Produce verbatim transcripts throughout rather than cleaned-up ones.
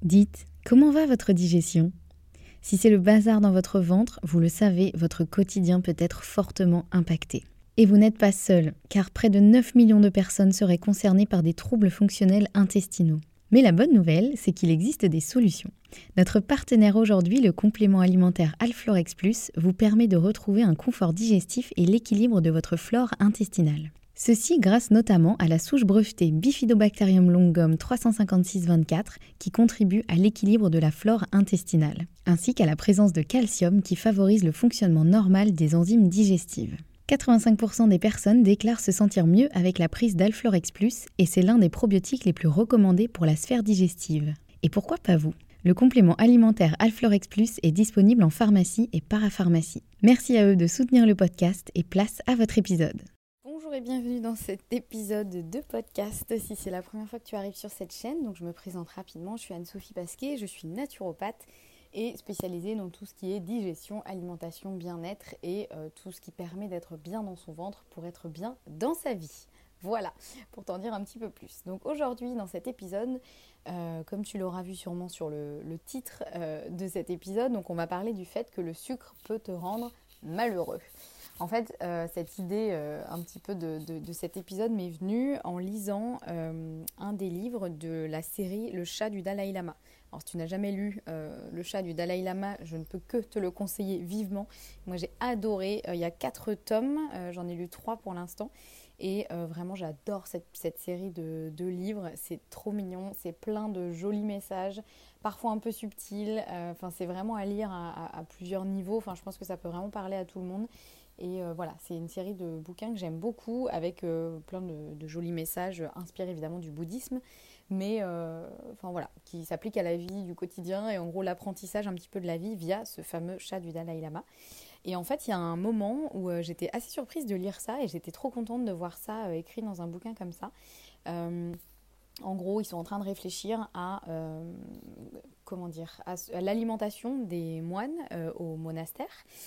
Dites, comment va votre digestion ? Si c'est le bazar dans votre ventre, vous le savez, votre quotidien peut être fortement impacté. Et vous n'êtes pas seul, car près de neuf millions de personnes seraient concernées par des troubles fonctionnels intestinaux. Mais la bonne nouvelle, c'est qu'il existe des solutions. Notre partenaire aujourd'hui, le complément alimentaire Alflorex Plus, vous permet de retrouver un confort digestif et l'équilibre de votre flore intestinale. Ceci grâce notamment à la souche brevetée Bifidobacterium longum trois cent cinquante-six vingt-quatre qui contribue à l'équilibre de la flore intestinale, ainsi qu'à la présence de calcium qui favorise le fonctionnement normal des enzymes digestives. quatre-vingt-cinq pour cent des personnes déclarent se sentir mieux avec la prise d'Alflorex Plus et c'est l'un des probiotiques les plus recommandés pour la sphère digestive. Et pourquoi pas vous ? Le complément alimentaire Alflorex Plus est disponible en pharmacie et parapharmacie. Merci à eux de soutenir le podcast et place à votre épisode. Bonjour et bienvenue dans cet épisode de podcast. Si c'est la première fois que tu arrives sur cette chaîne, donc je me présente rapidement, je suis Anne-Sophie Pasquet, je suis naturopathe et spécialisée dans tout ce qui est digestion, alimentation, bien-être et euh, tout ce qui permet d'être bien dans son ventre pour être bien dans sa vie. Voilà, pour t'en dire un petit peu plus. Donc aujourd'hui dans cet épisode, euh, comme tu l'auras vu sûrement sur le, le titre euh, de cet épisode, donc on va parler du fait que le sucre peut te rendre malheureux. En fait, euh, cette idée euh, un petit peu de, de, de cet épisode m'est venue en lisant euh, un des livres de la série Le chat du Dalai Lama. Alors si tu n'as jamais lu euh, Le chat du Dalai Lama, je ne peux que te le conseiller vivement. Moi j'ai adoré, euh, il y a quatre tomes, euh, j'en ai lu trois pour l'instant. Et euh, vraiment j'adore cette, cette série de, de livres, c'est trop mignon, c'est plein de jolis messages, parfois un peu subtils. Enfin euh, c'est vraiment à lire à, à, à plusieurs niveaux, enfin, je pense que ça peut vraiment parler à tout le monde. Et euh, voilà, c'est une série de bouquins que j'aime beaucoup avec euh, plein de, de jolis messages inspirés évidemment du bouddhisme, mais euh, enfin voilà, qui s'appliquent à la vie du quotidien et en gros l'apprentissage un petit peu de la vie via ce fameux chat du Dalai Lama. Et en fait, il y a un moment où euh, j'étais assez surprise de lire ça et j'étais trop contente de voir ça euh, écrit dans un bouquin comme ça. Euh, en gros, ils sont en train de réfléchir à, euh, comment dire, à, à l'alimentation des moines euh, au monastère.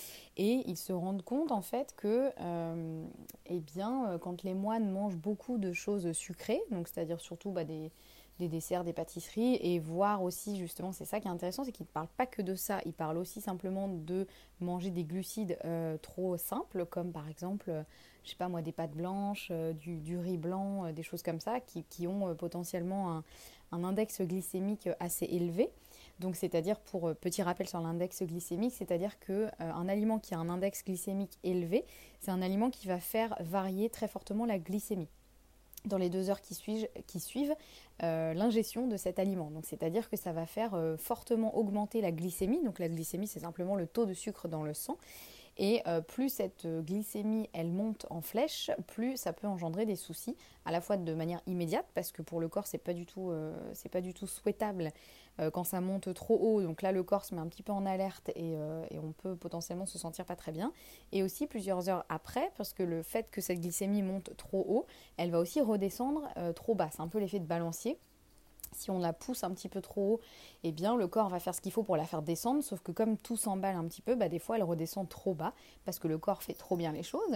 Et ils se rendent compte en fait que euh, eh bien, quand les moines mangent beaucoup de choses sucrées, donc c'est-à-dire surtout bah, des, des desserts, des pâtisseries, et voire aussi justement, c'est ça qui est intéressant, c'est qu'ils ne parlent pas que de ça, ils parlent aussi simplement de manger des glucides euh, trop simples, comme par exemple, euh, je sais pas moi, des pâtes blanches, euh, du, du riz blanc, euh, des choses comme ça, qui, qui ont euh, potentiellement un, un index glycémique assez élevé. Donc, c'est-à-dire, pour euh, petit rappel sur l'index glycémique, c'est-à-dire qu'un euh, aliment qui a un index glycémique élevé, c'est un aliment qui va faire varier très fortement la glycémie dans les deux heures qui suivent, qui suivent euh, l'ingestion de cet aliment. Donc, c'est-à-dire que ça va faire euh, fortement augmenter la glycémie. Donc, la glycémie, c'est simplement le taux de sucre dans le sang. Et euh, plus cette glycémie, elle monte en flèche, plus ça peut engendrer des soucis, à la fois de manière immédiate, parce que pour le corps, c'est pas du tout, euh, c'est pas du tout souhaitable euh, quand ça monte trop haut. Donc là, le corps se met un petit peu en alerte et, euh, et on peut potentiellement se sentir pas très bien. Et aussi plusieurs heures après, parce que le fait que cette glycémie monte trop haut, elle va aussi redescendre euh, trop bas. C'est un peu l'effet de balancier. Si on la pousse un petit peu trop haut, eh bien le corps va faire ce qu'il faut pour la faire descendre, sauf que comme tout s'emballe un petit peu, bah, des fois elle redescend trop bas parce que le corps fait trop bien les choses.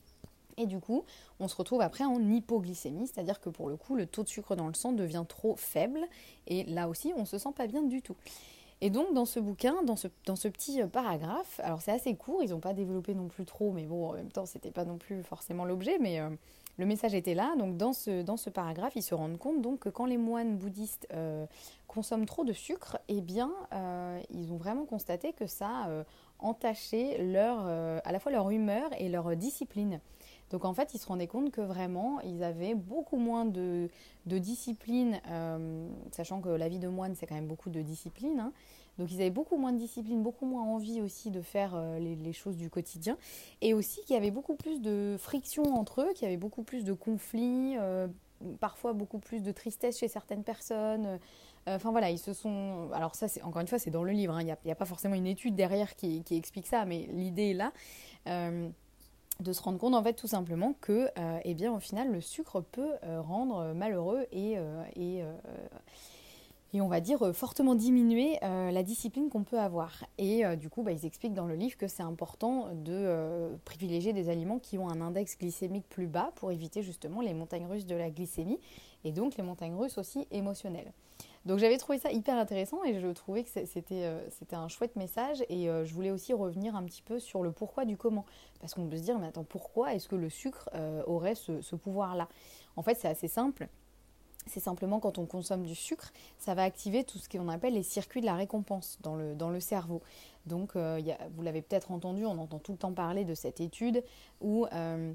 Et du coup, on se retrouve après en hypoglycémie, c'est-à-dire que pour le coup, le taux de sucre dans le sang devient trop faible et là aussi, on ne se sent pas bien du tout. Et donc dans ce bouquin, dans ce, dans ce petit paragraphe, alors c'est assez court, ils n'ont pas développé non plus trop, mais bon, en même temps, c'était pas non plus forcément l'objet, mais euh, le message était là. Donc dans ce, dans ce paragraphe, ils se rendent compte donc, que quand les moines bouddhistes euh, consomment trop de sucre, eh bien, euh, ils ont vraiment constaté que ça euh, entachait leur, euh, à la fois leur humeur et leur discipline. Donc en fait, ils se rendaient compte que vraiment, ils avaient beaucoup moins de, de discipline, euh, sachant que la vie de moine, c'est quand même beaucoup de discipline. Hein. Donc ils avaient beaucoup moins de discipline, beaucoup moins envie aussi de faire euh, les, les choses du quotidien. Et aussi qu'il y avait beaucoup plus de friction entre eux, qu'il y avait beaucoup plus de conflits, euh, parfois beaucoup plus de tristesse chez certaines personnes. Enfin euh, voilà, ils se sont... Alors ça, c'est, encore une fois, c'est dans le livre. Hein. Il n'y a, a pas forcément une étude derrière qui, qui explique ça, mais l'idée est là. Euh, de se rendre compte en fait tout simplement que euh, eh bien, au final le sucre peut euh, rendre malheureux et, euh, et, euh, et on va dire fortement diminuer euh, la discipline qu'on peut avoir. Et euh, du coup bah, ils expliquent dans le livre que c'est important de euh, privilégier des aliments qui ont un index glycémique plus bas pour éviter justement les montagnes russes de la glycémie et donc les montagnes russes aussi émotionnelles. Donc j'avais trouvé ça hyper intéressant et je trouvais que c'était, euh, c'était un chouette message et euh, je voulais aussi revenir un petit peu sur le pourquoi du comment. Parce qu'on peut se dire, mais attends, pourquoi est-ce que le sucre euh, aurait ce, ce pouvoir-là? En fait, c'est assez simple. C'est simplement quand on consomme du sucre, ça va activer tout ce qu'on appelle les circuits de la récompense dans le, dans le cerveau. Donc euh, y a, vous l'avez peut-être entendu, on entend tout le temps parler de cette étude où euh,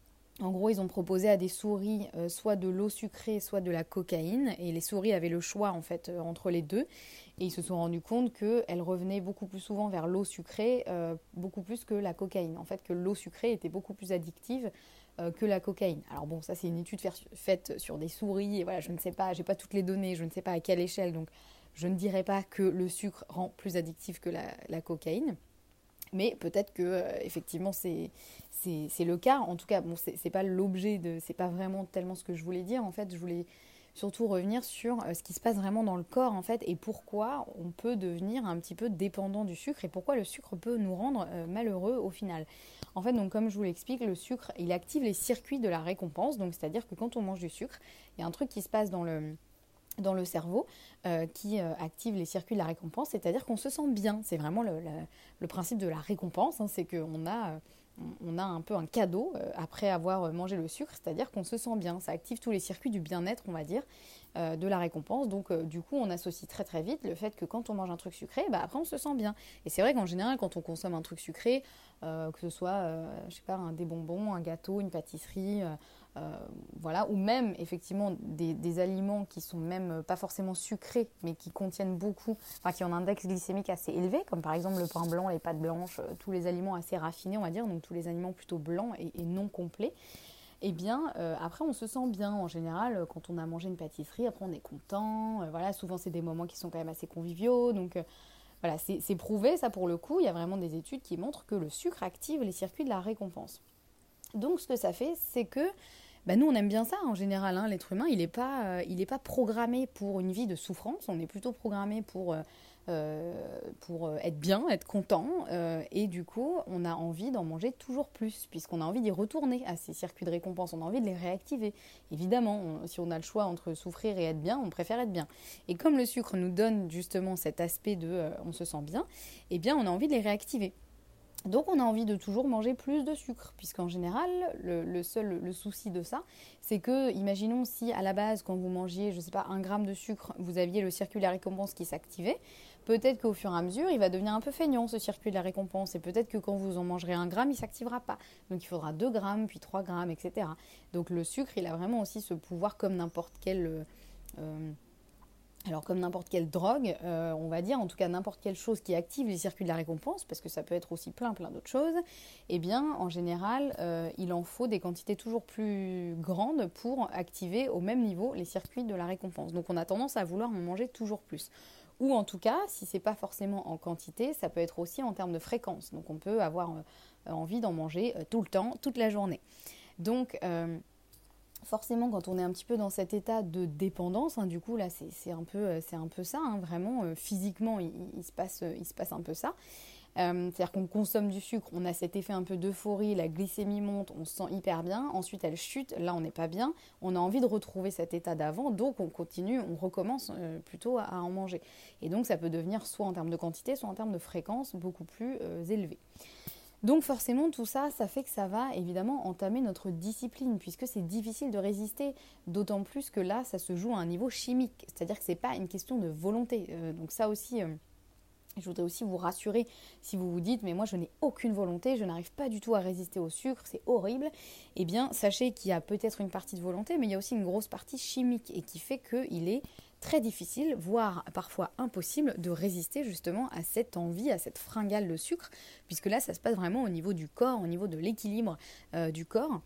en gros ils ont proposé à des souris euh, soit de l'eau sucrée, soit de la cocaïne, et les souris avaient le choix en fait euh, entre les deux, et ils se sont rendus compte qu'elles revenaient beaucoup plus souvent vers l'eau sucrée, euh, beaucoup plus que la cocaïne. En fait, que l'eau sucrée était beaucoup plus addictive euh, que la cocaïne. Alors bon, ça c'est une étude faite sur des souris, et voilà, je ne sais pas, j'ai pas toutes les données, je ne sais pas à quelle échelle, donc je ne dirais pas que le sucre rend plus addictif que la, la cocaïne. Mais peut-être que euh, effectivement c'est, c'est, c'est le cas. En tout cas, bon, c'est, c'est pas l'objet de, c'est pas vraiment tellement ce que je voulais dire. En fait, je voulais surtout revenir sur euh, ce qui se passe vraiment dans le corps en fait, et pourquoi on peut devenir un petit peu dépendant du sucre et pourquoi le sucre peut nous rendre euh, malheureux au final. En fait, donc comme je vous l'explique, le sucre il active les circuits de la récompense. Donc c'est-à-dire que quand on mange du sucre, il y a un truc qui se passe dans le dans le cerveau euh, qui euh, active les circuits de la récompense, c'est-à-dire qu'on se sent bien. C'est vraiment le, le, le principe de la récompense, hein, c'est qu'on a, euh, on a un peu un cadeau euh, après avoir mangé le sucre, c'est-à-dire qu'on se sent bien. Ça active tous les circuits du bien-être, on va dire, euh, de la récompense. Donc euh, du coup, on associe très très vite le fait que quand on mange un truc sucré, bah, après on se sent bien. Et c'est vrai qu'en général, quand on consomme un truc sucré, euh, que ce soit, euh, je sais pas, un, des bonbons, un gâteau, une pâtisserie, euh, Euh, voilà, ou même effectivement des, des aliments qui sont même pas forcément sucrés, mais qui contiennent beaucoup, enfin qui ont un index glycémique assez élevé, comme par exemple le pain blanc, les pâtes blanches, euh, tous les aliments assez raffinés, on va dire, donc tous les aliments plutôt blancs et, et non complets. Eh bien, euh, après, on se sent bien en général quand on a mangé une pâtisserie. Après, on est content. Euh, voilà, souvent c'est des moments qui sont quand même assez conviviaux, donc. Euh, voilà, c'est, c'est prouvé, ça pour le coup, il y a vraiment des études qui montrent que le sucre active les circuits de la récompense. Donc ce que ça fait, c'est que bah, nous on aime bien ça en général, hein, l'être humain il n'est pas, euh, il est pas programmé pour une vie de souffrance, on est plutôt programmé pour, euh, euh, pour être bien, être content, euh, et du coup on a envie d'en manger toujours plus, puisqu'on a envie d'y retourner à ces circuits de récompense, on a envie de les réactiver. Évidemment, on, si on a le choix entre souffrir et être bien, on préfère être bien. Et comme le sucre nous donne justement cet aspect de euh, on se sent bien, eh bien on a envie de les réactiver. Donc on a envie de toujours manger plus de sucre, puisqu'en général, le, le seul le souci de ça, c'est que, imaginons si à la base, quand vous mangiez, je ne sais pas, un gramme de sucre, vous aviez le circuit de la récompense qui s'activait, peut-être qu'au fur et à mesure, il va devenir un peu feignant ce circuit de la récompense, et peut-être que quand vous en mangerez un gramme, il ne s'activera pas. Donc il faudra deux grammes, puis trois grammes, et cetera. Donc le sucre, il a vraiment aussi ce pouvoir comme n'importe quel... Euh, Alors comme n'importe quelle drogue, euh, on va dire, en tout cas n'importe quelle chose qui active les circuits de la récompense, parce que ça peut être aussi plein plein d'autres choses, eh bien en général, euh, il en faut des quantités toujours plus grandes pour activer au même niveau les circuits de la récompense. Donc on a tendance à vouloir en manger toujours plus. Ou en tout cas, si ce n'est pas forcément en quantité, ça peut être aussi en termes de fréquence. Donc on peut avoir euh, envie d'en manger euh, tout le temps, toute la journée. Donc... Euh, Forcément, quand on est un petit peu dans cet état de dépendance, hein, du coup, là, c'est, c'est, un, peu, c'est un peu ça, hein, vraiment, euh, physiquement, il, il, se passe, il se passe un peu ça. Euh, c'est-à-dire qu'on consomme du sucre, on a cet effet un peu d'euphorie, la glycémie monte, on se sent hyper bien, ensuite elle chute, là on n'est pas bien, on a envie de retrouver cet état d'avant, donc on continue, on recommence euh, plutôt à, à en manger. Et donc ça peut devenir soit en termes de quantité, soit en termes de fréquence beaucoup plus euh, élevée. Donc forcément tout ça, ça fait que ça va évidemment entamer notre discipline, puisque c'est difficile de résister, d'autant plus que là ça se joue à un niveau chimique, c'est-à-dire que ce n'est pas une question de volonté. Euh, donc ça aussi, euh, je voudrais aussi vous rassurer si vous vous dites mais moi je n'ai aucune volonté, je n'arrive pas du tout à résister au sucre, c'est horrible. Eh bien sachez qu'il y a peut-être une partie de volonté, mais il y a aussi une grosse partie chimique et qui fait qu'il est très difficile, voire parfois impossible de résister justement à cette envie, à cette fringale de sucre, puisque là ça se passe vraiment au niveau du corps, au niveau de l'équilibre euh, du corps.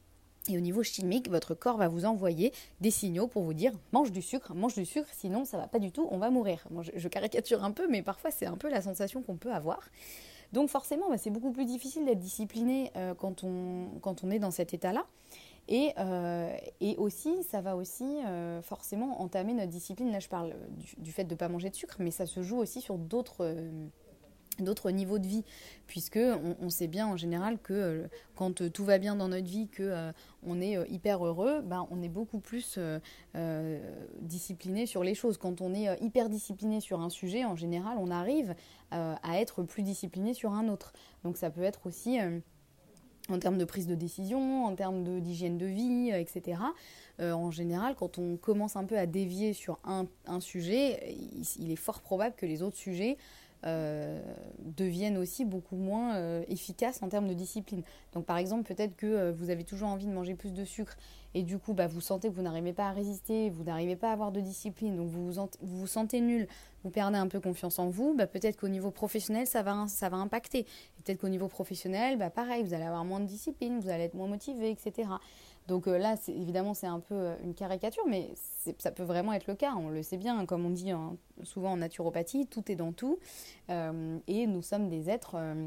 Et au niveau chimique, votre corps va vous envoyer des signaux pour vous dire « mange du sucre, mange du sucre, sinon ça va pas du tout, on va mourir ». Bon, je, je caricature un peu, mais parfois c'est un peu la sensation qu'on peut avoir. Donc forcément, bah, c'est beaucoup plus difficile d'être discipliné euh, quand, on, quand on est dans cet état-là. Et, euh, et aussi, ça va aussi euh, forcément entamer notre discipline. Là, je parle du, du fait de ne pas manger de sucre, mais ça se joue aussi sur d'autres... Euh, d'autres niveaux de vie, puisque on, on sait bien en général que euh, quand euh, tout va bien dans notre vie, que euh, on est euh, hyper heureux, ben, on est beaucoup plus euh, euh, discipliné sur les choses. Quand on est euh, hyper discipliné sur un sujet, en général, on arrive euh, à être plus discipliné sur un autre. Donc ça peut être aussi euh, en termes de prise de décision, en termes de, d'hygiène de vie, euh, et cetera. Euh, en général, quand on commence un peu à dévier sur un, un sujet, il, il est fort probable que les autres sujets Euh, deviennent aussi beaucoup moins euh, efficaces en termes de discipline. Donc par exemple, peut-être que euh, vous avez toujours envie de manger plus de sucre et du coup bah, vous sentez que vous n'arrivez pas à résister, vous n'arrivez pas à avoir de discipline, donc vous vous, ent- vous, vous sentez nul, vous perdez un peu confiance en vous, bah, peut-être qu'au niveau professionnel ça va, ça va impacter. Et peut-être qu'au niveau professionnel, bah, pareil, vous allez avoir moins de discipline, vous allez être moins motivé, et cetera. Donc euh, là, c'est, évidemment, c'est un peu euh, une caricature, mais c'est, ça peut vraiment être le cas. On le sait bien, hein, comme on dit hein, souvent en naturopathie, tout est dans tout. Euh, et nous sommes des êtres euh,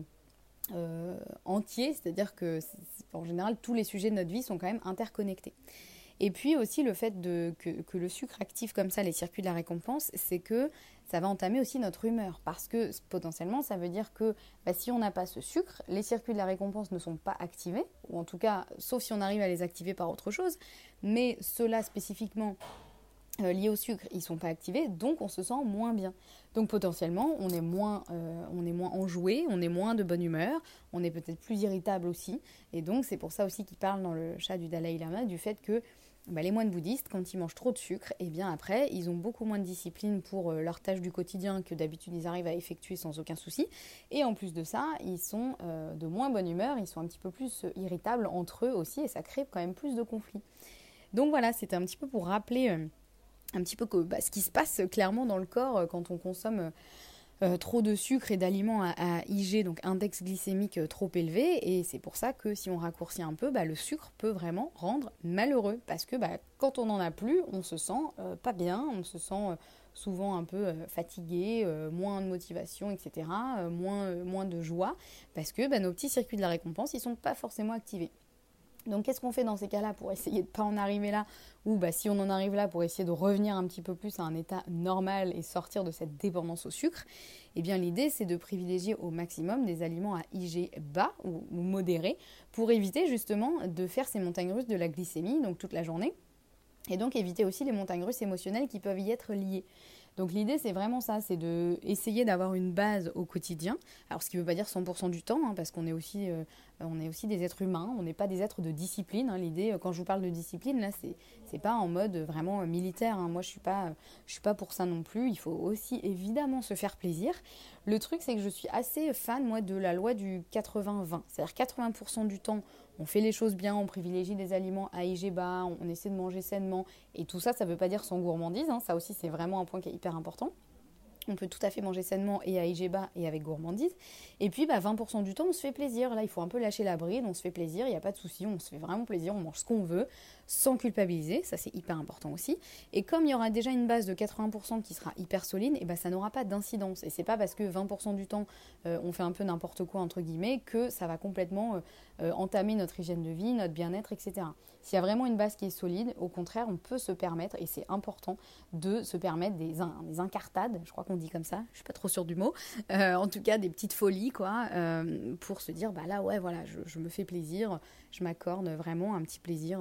euh, entiers, c'est-à-dire que, c'est, en général, tous les sujets de notre vie sont quand même interconnectés. Et puis aussi le fait de, que, que le sucre active comme ça les circuits de la récompense, c'est que ça va entamer aussi notre humeur. Parce que potentiellement, ça veut dire que bah, si on n'a pas ce sucre, les circuits de la récompense ne sont pas activés. Ou en tout cas, sauf si on arrive à les activer par autre chose. Mais ceux-là spécifiquement euh, liés au sucre, ils ne sont pas activés. Donc on se sent moins bien. Donc potentiellement, on est moins, euh, on est moins enjoué, on est moins de bonne humeur. On est peut-être plus irritable aussi. Et donc c'est pour ça aussi qu'il parle dans le chat du Dalai Lama du fait que bah, les moines bouddhistes, quand ils mangent trop de sucre, et eh bien après, ils ont beaucoup moins de discipline pour euh, leurs tâches du quotidien que d'habitude ils arrivent à effectuer sans aucun souci. Et en plus de ça, ils sont euh, de moins bonne humeur, ils sont un petit peu plus euh, irritables entre eux aussi, et ça crée quand même plus de conflits. Donc voilà, c'était un petit peu pour rappeler euh, un petit peu que, bah, ce qui se passe clairement dans le corps euh, quand on consomme euh, Euh, trop de sucre et d'aliments à, à I G, donc index glycémique euh, trop élevé, et c'est pour ça que si on raccourcit un peu, bah, le sucre peut vraiment rendre malheureux, parce que bah, quand on n'en a plus, on se sent euh, pas bien, on se sent euh, souvent un peu euh, fatigué, euh, moins de motivation, et cetera, euh, moins, euh, moins de joie, parce que bah, nos petits circuits de la récompense, ils sont pas forcément activés. Donc qu'est-ce qu'on fait dans ces cas-là pour essayer de ne pas en arriver là, ou bah, si on en arrive là, pour essayer de revenir un petit peu plus à un état normal et sortir de cette dépendance au sucre? Eh bien l'idée, c'est de privilégier au maximum des aliments à I G bas ou, ou modérés pour éviter justement de faire ces montagnes russes de la glycémie, donc toute la journée, et donc éviter aussi les montagnes russes émotionnelles qui peuvent y être liées. Donc l'idée, c'est vraiment ça, c'est d'essayer d'avoir une base au quotidien. Alors ce qui ne veut pas dire cent pour cent du temps, hein, parce qu'on est aussi, euh, on est aussi des êtres humains, on n'est pas des êtres de discipline. Hein. L'idée, quand je vous parle de discipline, là, c'est, c'est pas en mode vraiment militaire. Hein. Moi, je ne suis pas, je suis pas pour ça non plus. Il faut aussi évidemment se faire plaisir. Le truc, c'est que je suis assez fan, moi, de la loi du quatre-vingts vingt. C'est-à-dire quatre-vingts pour cent du temps, on fait les choses bien, on privilégie des aliments à I G bas, on essaie de manger sainement. Et tout ça, ça ne veut pas dire sans gourmandise. Hein. Ça aussi, c'est vraiment un point qui est hyper important. On peut tout à fait manger sainement et à I G bas et avec gourmandise. Et puis bah, vingt pour cent du temps, on se fait plaisir. Là, il faut un peu lâcher la bride, on se fait plaisir, il n'y a pas de souci, on se fait vraiment plaisir, on mange ce qu'on veut, sans culpabiliser, ça c'est hyper important aussi. Et comme il y aura déjà une base de quatre-vingts pour cent qui sera hyper solide, et bah, ça n'aura pas d'incidence. Et c'est pas parce que vingt pour cent du temps, euh, on fait un peu n'importe quoi, entre guillemets, que ça va complètement euh, euh, entamer notre hygiène de vie, notre bien-être, et cetera. S'il y a vraiment une base qui est solide, au contraire, on peut se permettre, et c'est important, de se permettre des, in- des incartades, je crois qu'on dit comme ça, je suis pas trop sûre du mot, euh, en tout cas des petites folies, quoi, euh, pour se dire, bah là, ouais, voilà, je, je me fais plaisir, je m'accorde vraiment un petit plaisir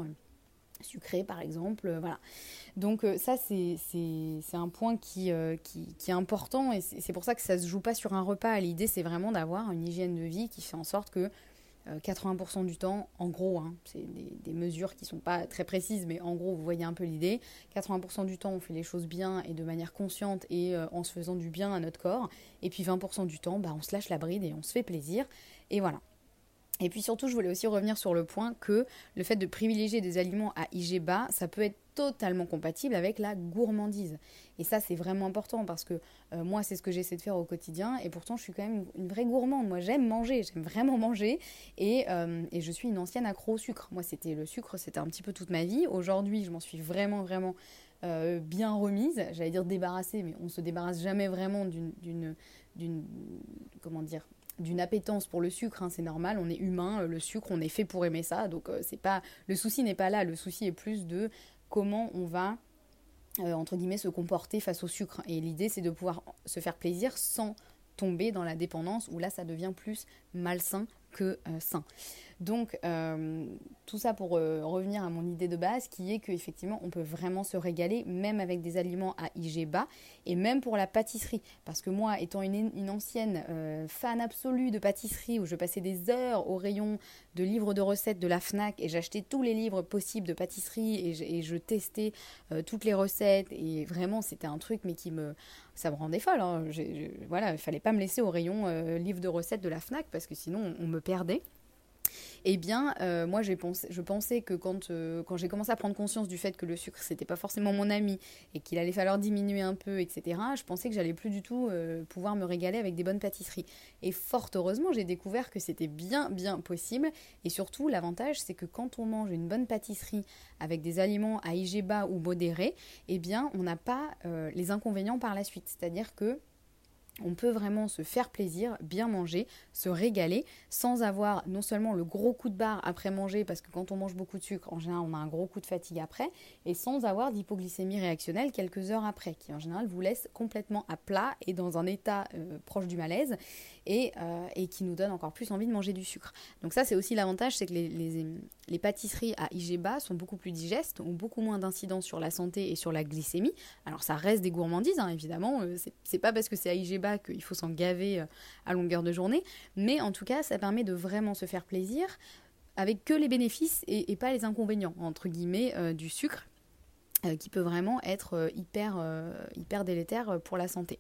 sucré, par exemple, euh, voilà. Donc euh, ça, c'est, c'est, c'est un point qui, euh, qui, qui est important, et c'est, c'est pour ça que ça se joue pas sur un repas. L'idée, c'est vraiment d'avoir une hygiène de vie qui fait en sorte que quatre-vingts pour cent du temps, en gros, hein, c'est des, des mesures qui ne sont pas très précises, mais en gros, vous voyez un peu l'idée. quatre-vingts pour cent du temps, on fait les choses bien et de manière consciente et euh, en se faisant du bien à notre corps. Et puis vingt pour cent du temps, bah, on se lâche la bride et on se fait plaisir. Et voilà. Et puis surtout, je voulais aussi revenir sur le point que le fait de privilégier des aliments à I G bas, ça peut être totalement compatible avec la gourmandise. Et ça, c'est vraiment important parce que euh, moi, c'est ce que j'essaie de faire au quotidien. Et pourtant, je suis quand même une, une vraie gourmande. Moi, j'aime manger, j'aime vraiment manger. Et, euh, et je suis une ancienne accro au sucre. Moi, c'était le sucre, c'était un petit peu toute ma vie. Aujourd'hui, je m'en suis vraiment, vraiment euh, bien remise. J'allais dire débarrassée, mais on ne se débarrasse jamais vraiment d'une, d'une, d'une comment dire, d'une appétence pour le sucre, hein, c'est normal, on est humain, le sucre, on est fait pour aimer ça, donc euh, c'est pas, le souci n'est pas là, le souci est plus de comment on va, euh, entre guillemets, se comporter face au sucre. Et l'idée, c'est de pouvoir se faire plaisir sans tomber dans la dépendance où là ça devient plus malsain que euh, sain. Donc euh, tout ça pour euh, revenir à mon idée de base qui est qu'effectivement on peut vraiment se régaler même avec des aliments à I G bas et même pour la pâtisserie, parce que moi étant une, une ancienne euh, fan absolue de pâtisserie où je passais des heures au rayon de livres de recettes de la Fnac et j'achetais tous les livres possibles de pâtisserie et je, et je testais euh, toutes les recettes et vraiment c'était un truc mais qui me ça me rendait folle, hein. J'ai, je, voilà, il fallait pas me laisser au rayon euh, livre de recettes de la Fnac parce que sinon on, on me perdait. Eh bien, euh, moi, j'ai pensé, je pensais que quand, euh, quand j'ai commencé à prendre conscience du fait que le sucre, c'était pas forcément mon ami et qu'il allait falloir diminuer un peu, et cetera, je pensais que j'allais plus du tout euh, pouvoir me régaler avec des bonnes pâtisseries. Et fort heureusement, j'ai découvert que c'était bien, bien possible. Et surtout, l'avantage, c'est que quand on mange une bonne pâtisserie avec des aliments à I G bas ou modérés, eh bien, on n'a pas euh, les inconvénients par la suite. C'est-à-dire que on peut vraiment se faire plaisir, bien manger, se régaler, sans avoir non seulement le gros coup de barre après manger, parce que quand on mange beaucoup de sucre, en général, on a un gros coup de fatigue après, et sans avoir d'hypoglycémie réactionnelle quelques heures après, qui en général vous laisse complètement à plat et dans un état euh, proche du malaise, et, euh, et qui nous donne encore plus envie de manger du sucre. Donc ça, c'est aussi l'avantage, c'est que les, les, les pâtisseries à I G bas sont beaucoup plus digestes, ont beaucoup moins d'incidence sur la santé et sur la glycémie. Alors ça reste des gourmandises, hein, évidemment, euh, c'est, c'est pas parce que c'est à I G bas qu'il faut s'en gaver à longueur de journée, mais en tout cas ça permet de vraiment se faire plaisir avec que les bénéfices et, et pas les inconvénients entre guillemets euh, du sucre euh, qui peut vraiment être euh, hyper, euh, hyper délétère pour la santé.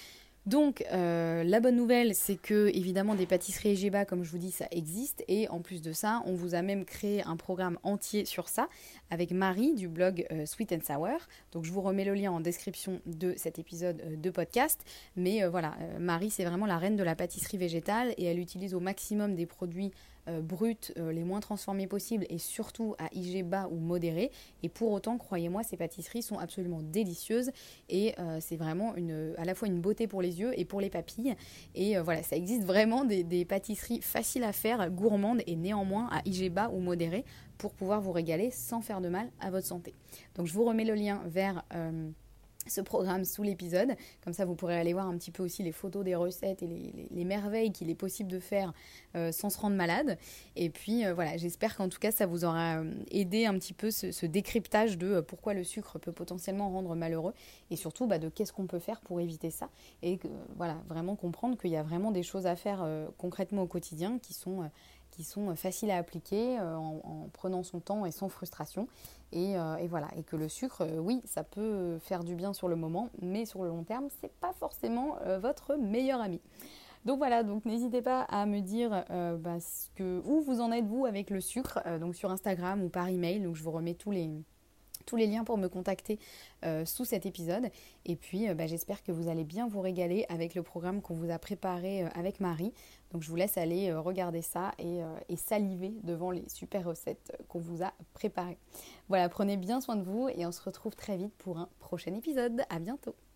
Donc euh, la bonne nouvelle, c'est que évidemment des pâtisseries I G bas, comme je vous dis, ça existe, et en plus de ça, on vous a même créé un programme entier sur ça avec Marie du blog euh, Sweet and Sour. Donc je vous remets le lien en description de cet épisode euh, de podcast. Mais euh, voilà, euh, Marie, c'est vraiment la reine de la pâtisserie végétale et elle utilise au maximum des produits Euh, bruts, euh, les moins transformés possibles et surtout à I G bas ou modéré. Et pour autant, croyez-moi, ces pâtisseries sont absolument délicieuses et euh, c'est vraiment une, à la fois une beauté pour les yeux et pour les papilles. Et euh, voilà, ça existe vraiment des, des pâtisseries faciles à faire, gourmandes et néanmoins à I G bas ou modéré pour pouvoir vous régaler sans faire de mal à votre santé. Donc je vous remets le lien vers... Euh, ce programme sous l'épisode, comme ça vous pourrez aller voir un petit peu aussi les photos des recettes et les, les, les merveilles qu'il est possible de faire euh, sans se rendre malade. Et puis euh, voilà, j'espère qu'en tout cas ça vous aura aidé un petit peu ce, ce décryptage de euh, pourquoi le sucre peut potentiellement rendre malheureux et surtout bah, de qu'est-ce qu'on peut faire pour éviter ça et que, voilà, vraiment comprendre qu'il y a vraiment des choses à faire euh, concrètement au quotidien qui sont... Euh, qui sont faciles à appliquer euh, en, en prenant son temps et sans frustration. Et, euh, et voilà, et que le sucre, euh, oui, ça peut faire du bien sur le moment, mais sur le long terme, c'est pas forcément euh, votre meilleur ami. Donc voilà, donc n'hésitez pas à me dire euh, bah, ce que, où vous en êtes vous avec le sucre, euh, donc sur Instagram ou par email. Donc je vous remets tous les... tous les liens pour me contacter euh, sous cet épisode. Et puis, euh, bah, j'espère que vous allez bien vous régaler avec le programme qu'on vous a préparé euh, avec Marie. Donc, je vous laisse aller euh, regarder ça et, euh, et saliver devant les super recettes qu'on vous a préparées. Voilà, prenez bien soin de vous et on se retrouve très vite pour un prochain épisode. À bientôt.